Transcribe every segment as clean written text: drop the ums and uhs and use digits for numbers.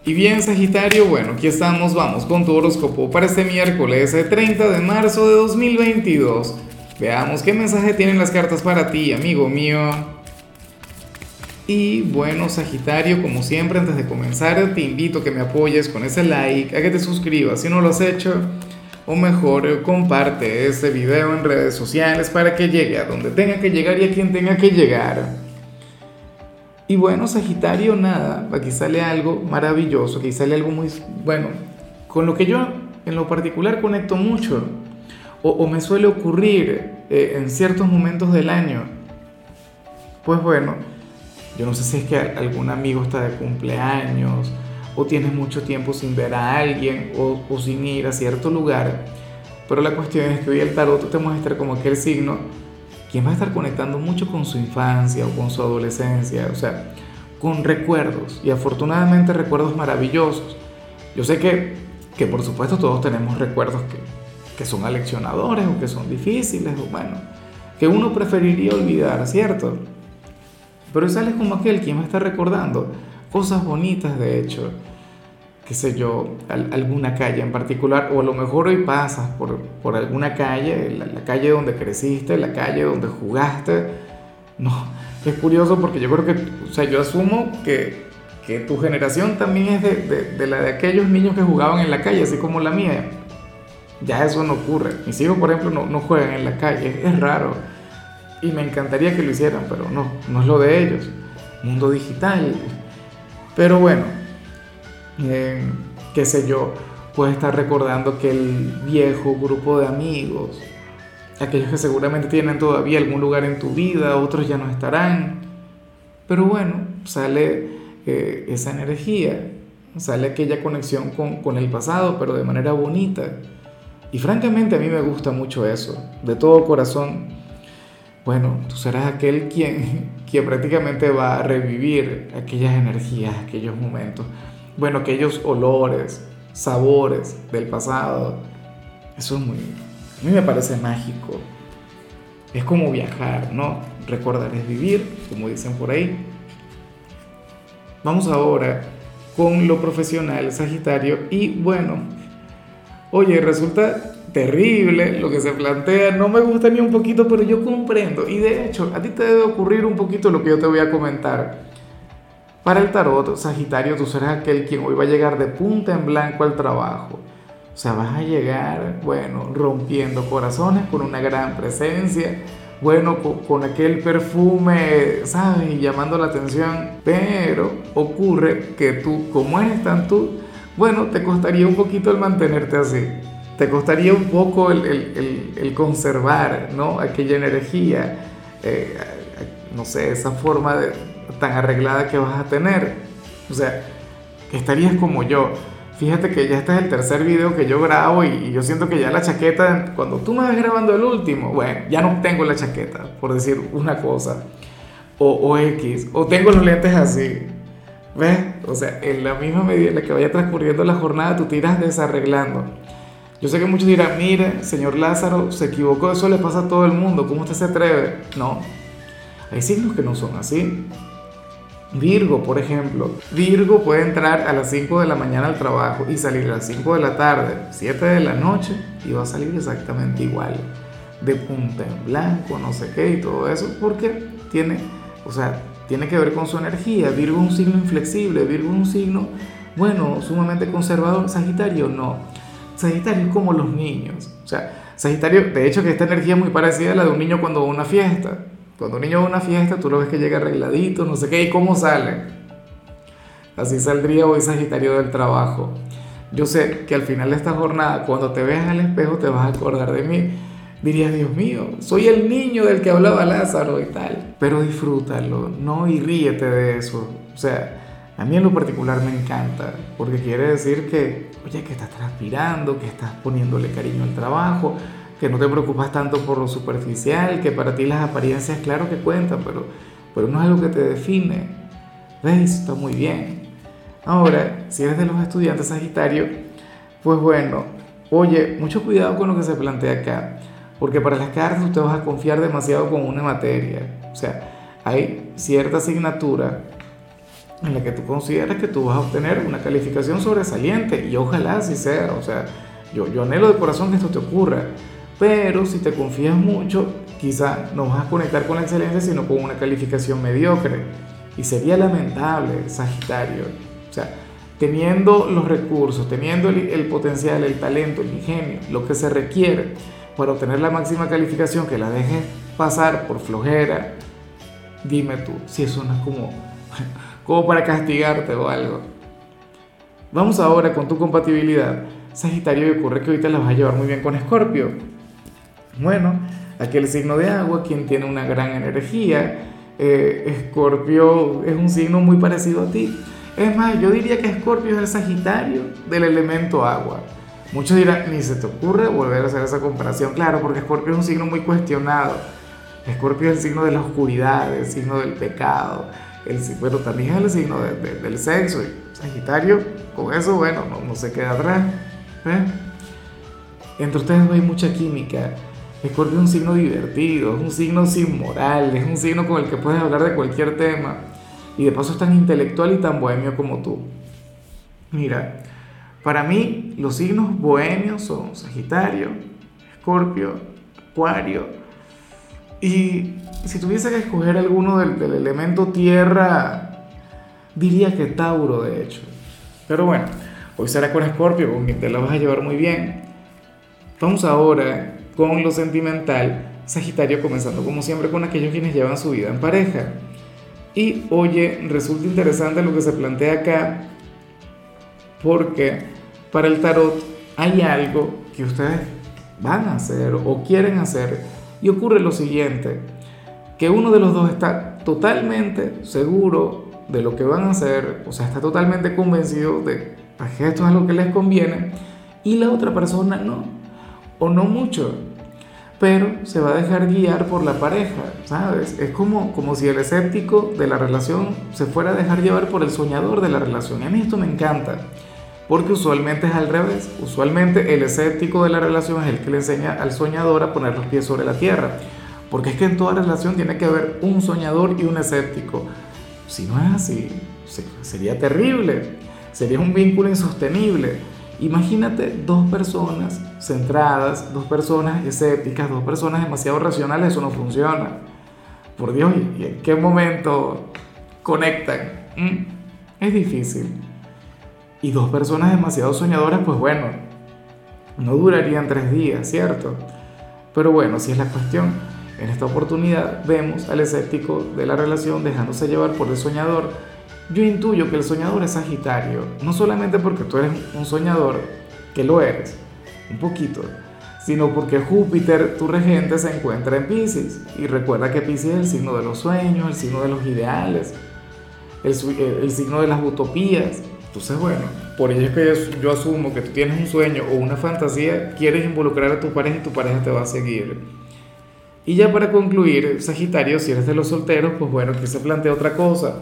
Y bien, Sagitario, bueno, aquí estamos, vamos con tu horóscopo para este miércoles 30 de marzo de 2022. Veamos qué mensaje tienen las cartas para ti, amigo mío. Y bueno, Sagitario, como siempre, antes de comenzar, te invito a que me apoyes con ese like, a que te suscribas si no lo has hecho, o mejor, comparte este video en redes sociales para que llegue a donde tenga que llegar y a quien tenga que llegar. Y bueno, Sagitario, nada, aquí sale algo maravilloso, aquí sale algo muy, bueno, con lo que yo en lo particular conecto mucho, o me suele ocurrir en ciertos momentos del año. Pues bueno, yo no sé si es que algún amigo está de cumpleaños, o tienes mucho tiempo sin ver a alguien, o sin ir a cierto lugar, pero la cuestión es que hoy el tarot te muestra como aquel signo quien va a estar conectando mucho con su infancia o con su adolescencia, o sea, con recuerdos, y afortunadamente recuerdos maravillosos. Yo sé que por supuesto todos tenemos recuerdos que son aleccionadores o que son difíciles, o bueno, que uno preferiría olvidar, ¿cierto? Pero sales como aquel quien va a estar recordando cosas bonitas, de hecho, qué sé yo, alguna calle en particular, o a lo mejor hoy pasas por alguna calle, la calle donde creciste, la calle donde jugaste. No, es curioso porque yo creo que, o sea, yo asumo que tu generación también es de la de aquellos niños que jugaban en la calle, así como la mía. Ya eso no ocurre. Mis hijos, por ejemplo, no juegan en la calle, es raro. Y me encantaría que lo hicieran, pero no es lo de ellos. Mundo digital. Pero bueno, qué sé yo, puedes estar recordando aquel viejo grupo de amigos, aquellos que seguramente tienen todavía algún lugar en tu vida, otros ya no estarán, pero bueno, sale esa energía, sale aquella conexión con el pasado, pero de manera bonita. Y francamente a mí me gusta mucho eso, de todo corazón. Bueno, tú serás aquel quien prácticamente va a revivir aquellas energías, aquellos momentos. Bueno, aquellos olores, sabores del pasado. Eso es muy, a mí me parece mágico. Es como viajar, ¿no? Recordar es vivir, como dicen por ahí. Vamos ahora con lo profesional, Sagitario. Y bueno, oye, resulta terrible lo que se plantea, no me gusta ni un poquito, pero yo comprendo. Y de hecho, a ti te debe ocurrir un poquito lo que yo te voy a comentar. Para el tarot, Sagitario, tú serás aquel quien hoy va a llegar de punta en blanco al trabajo. O sea, vas a llegar, bueno, rompiendo corazones con una gran presencia, bueno, con aquel perfume, ¿sabes? Y llamando la atención. Pero ocurre que tú, como eres tan tú, bueno, te costaría un poquito el mantenerte así. Te costaría un poco el conservar, ¿no? Aquella energía, no sé, esa forma tan arreglada que vas a tener. O sea, que estarías como yo. Fíjate que ya este es el tercer video que yo grabo y yo siento que ya la chaqueta, cuando tú me ves grabando el último, bueno, ya no tengo la chaqueta, por decir una cosa, o X, o tengo los lentes así. ¿Ves? O sea, en la misma medida en la que vaya transcurriendo la jornada, tú te irás desarreglando. Yo sé que muchos dirán, mire, señor Lázaro, se equivocó, eso le pasa a todo el mundo, ¿cómo usted se atreve? No, hay signos que no son así. Virgo, por ejemplo, Virgo puede entrar a las 5 de la mañana al trabajo y salir a las 5 de la tarde, 7 de la noche, y va a salir exactamente igual, de punta en blanco, no sé qué y todo eso, porque tiene, o sea, tiene que ver con su energía. Virgo es un signo inflexible, Virgo es un signo, bueno, sumamente conservador. Sagitario no. Sagitario es como los niños. O sea, Sagitario, de hecho, que esta energía es muy parecida a la de un niño cuando va a una fiesta. Cuando un niño va a una fiesta, tú lo ves que llega arregladito, no sé qué, ¿y cómo sale? Así saldría hoy Sagitario del trabajo. Yo sé que al final de esta jornada, cuando te veas al espejo, te vas a acordar de mí. Dirías, Dios mío, soy el niño del que hablaba Lázaro y tal. Pero disfrútalo, ¿no? Y ríete de eso. O sea, a mí en lo particular me encanta, porque quiere decir que, oye, que estás transpirando, que estás poniéndole cariño al trabajo, que no te preocupas tanto por lo superficial, que para ti las apariencias, claro que cuentan, pero no es algo que te define. ¿Ves? Está muy bien. Ahora, si eres de los estudiantes Sagitario, pues bueno, oye, mucho cuidado con lo que se plantea acá, porque para las cartas tú te vas a confiar demasiado con una materia. O sea, hay cierta asignatura en la que tú consideras que tú vas a obtener una calificación sobresaliente y ojalá así sea, o sea, yo anhelo de corazón que esto te ocurra, pero si te confías mucho, quizá no vas a conectar con la excelencia, sino con una calificación mediocre y sería lamentable, Sagitario, o sea, teniendo los recursos, teniendo el potencial, el talento, el ingenio, lo que se requiere para obtener la máxima calificación, que la dejes pasar por flojera, dime tú si eso no es como para castigarte o algo. Vamos ahora con tu compatibilidad, Sagitario, y ocurre que ahorita la vas a llevar muy bien con Escorpio. Bueno, aquel signo de agua, quien tiene una gran energía, Escorpio es un signo muy parecido a ti. Es más, yo diría que Escorpio es el Sagitario del elemento agua. Muchos dirán, ni se te ocurre volver a hacer esa comparación, claro, porque Escorpio es un signo muy cuestionado. Escorpio es el signo de la oscuridad, el signo del pecado, pero también es el signo del sexo. Y Sagitario, con eso, bueno, no se queda atrás. Entre ustedes no hay mucha química. Escorpio es un signo divertido, es un signo sin moral, es un signo con el que puedes hablar de cualquier tema. Y de paso es tan intelectual y tan bohemio como tú. Mira, para mí los signos bohemios son Sagitario, Escorpio, Acuario. Y si tuviese que escoger alguno del elemento tierra, diría que Tauro, de hecho. Pero bueno, hoy será con Escorpio, con quien te la vas a llevar muy bien. Vamos ahora con lo sentimental, Sagitario, comenzando como siempre con aquellos quienes llevan su vida en pareja. Y oye, resulta interesante lo que se plantea acá, porque para el tarot hay algo que ustedes van a hacer o quieren hacer, y ocurre lo siguiente, que uno de los dos está totalmente seguro de lo que van a hacer, o sea, está totalmente convencido de que esto es lo que les conviene, y la otra persona no, o no mucho, pero se va a dejar guiar por la pareja, ¿sabes? Es como si el escéptico de la relación se fuera a dejar llevar por el soñador de la relación. Y a mí esto me encanta, porque usualmente es al revés. Usualmente el escéptico de la relación es el que le enseña al soñador a poner los pies sobre la tierra, porque es que en toda relación tiene que haber un soñador y un escéptico. Si no es así, sería terrible, sería un vínculo insostenible. Imagínate dos personas centradas, dos personas escépticas, dos personas demasiado racionales, eso no funciona. Por Dios, ¿y en qué momento conectan? Es difícil. Y dos personas demasiado soñadoras, pues bueno, no durarían 3 días, ¿cierto? Pero bueno, si es la cuestión. En esta oportunidad vemos al escéptico de la relación dejándose llevar por el soñador. Yo intuyo que el soñador es Sagitario, no solamente porque tú eres un soñador, que lo eres, un poquito, sino porque Júpiter, tu regente, se encuentra en Piscis. Y recuerda que Piscis es el signo de los sueños, el signo de los ideales, el signo de las utopías. Entonces, bueno, por ello es que yo asumo que tú tienes un sueño o una fantasía, quieres involucrar a tu pareja y tu pareja te va a seguir. Y ya para concluir, Sagitario, si eres de los solteros, pues bueno, aquí se plantea otra cosa.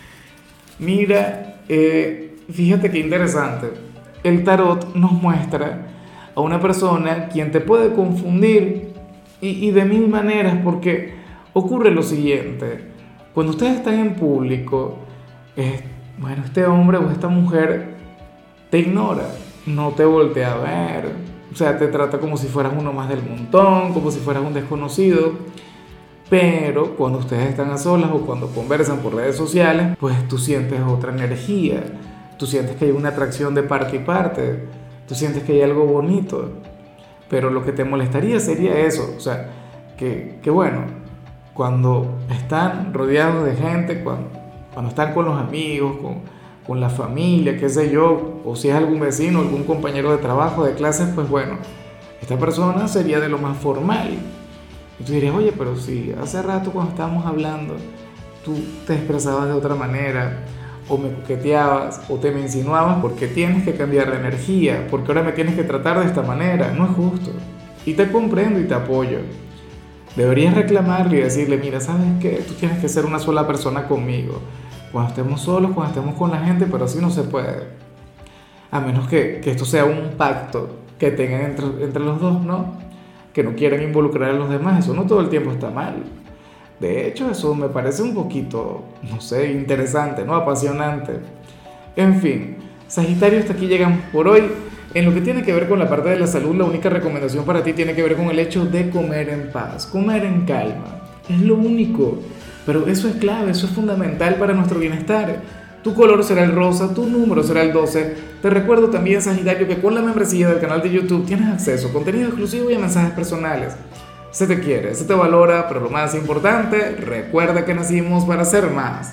Mira, fíjate qué interesante. El tarot nos muestra a una persona quien te puede confundir y de mil maneras, porque ocurre lo siguiente. Cuando ustedes están en público, bueno, este hombre o esta mujer te ignora, no te voltea a ver, o sea, te trata como si fueras uno más del montón, como si fueras un desconocido. Pero cuando ustedes están a solas o cuando conversan por redes sociales, pues tú sientes otra energía, tú sientes que hay una atracción de parte y parte, tú sientes que hay algo bonito. Pero lo que te molestaría sería eso, o sea, que bueno, cuando están rodeados de gente, cuando están con los amigos, con la familia, qué sé yo, o si es algún vecino, algún compañero de trabajo, de clases, pues bueno, esta persona sería de lo más formal. Y tú dirías, oye, pero si hace rato cuando estábamos hablando, tú te expresabas de otra manera, o me coqueteabas, o te me insinuabas, ¿por qué tienes que cambiar de energía? ¿Por qué ahora me tienes que tratar de esta manera? No es justo. Y te comprendo y te apoyo. Deberías reclamarle y decirle, mira, ¿sabes qué? Tú tienes que ser una sola persona conmigo. Cuando estemos solos, cuando estemos con la gente, pero así no se puede. A menos que esto sea un pacto que tengan entre los dos, ¿no? Que no quieran involucrar a los demás, eso no todo el tiempo está mal. De hecho, eso me parece un poquito, no sé, interesante, ¿no? Apasionante. En fin, Sagitario, hasta aquí llegamos por hoy. En lo que tiene que ver con la parte de la salud, la única recomendación para ti tiene que ver con el hecho de comer en paz, comer en calma. Es lo único. Pero eso es clave, eso es fundamental para nuestro bienestar. Tu color será el rosa, tu número será el 12. Te recuerdo también, Sagitario, que con la membresía del canal de YouTube tienes acceso a contenido exclusivo y a mensajes personales. Se te quiere, se te valora, pero lo más importante, recuerda que nacimos para ser más.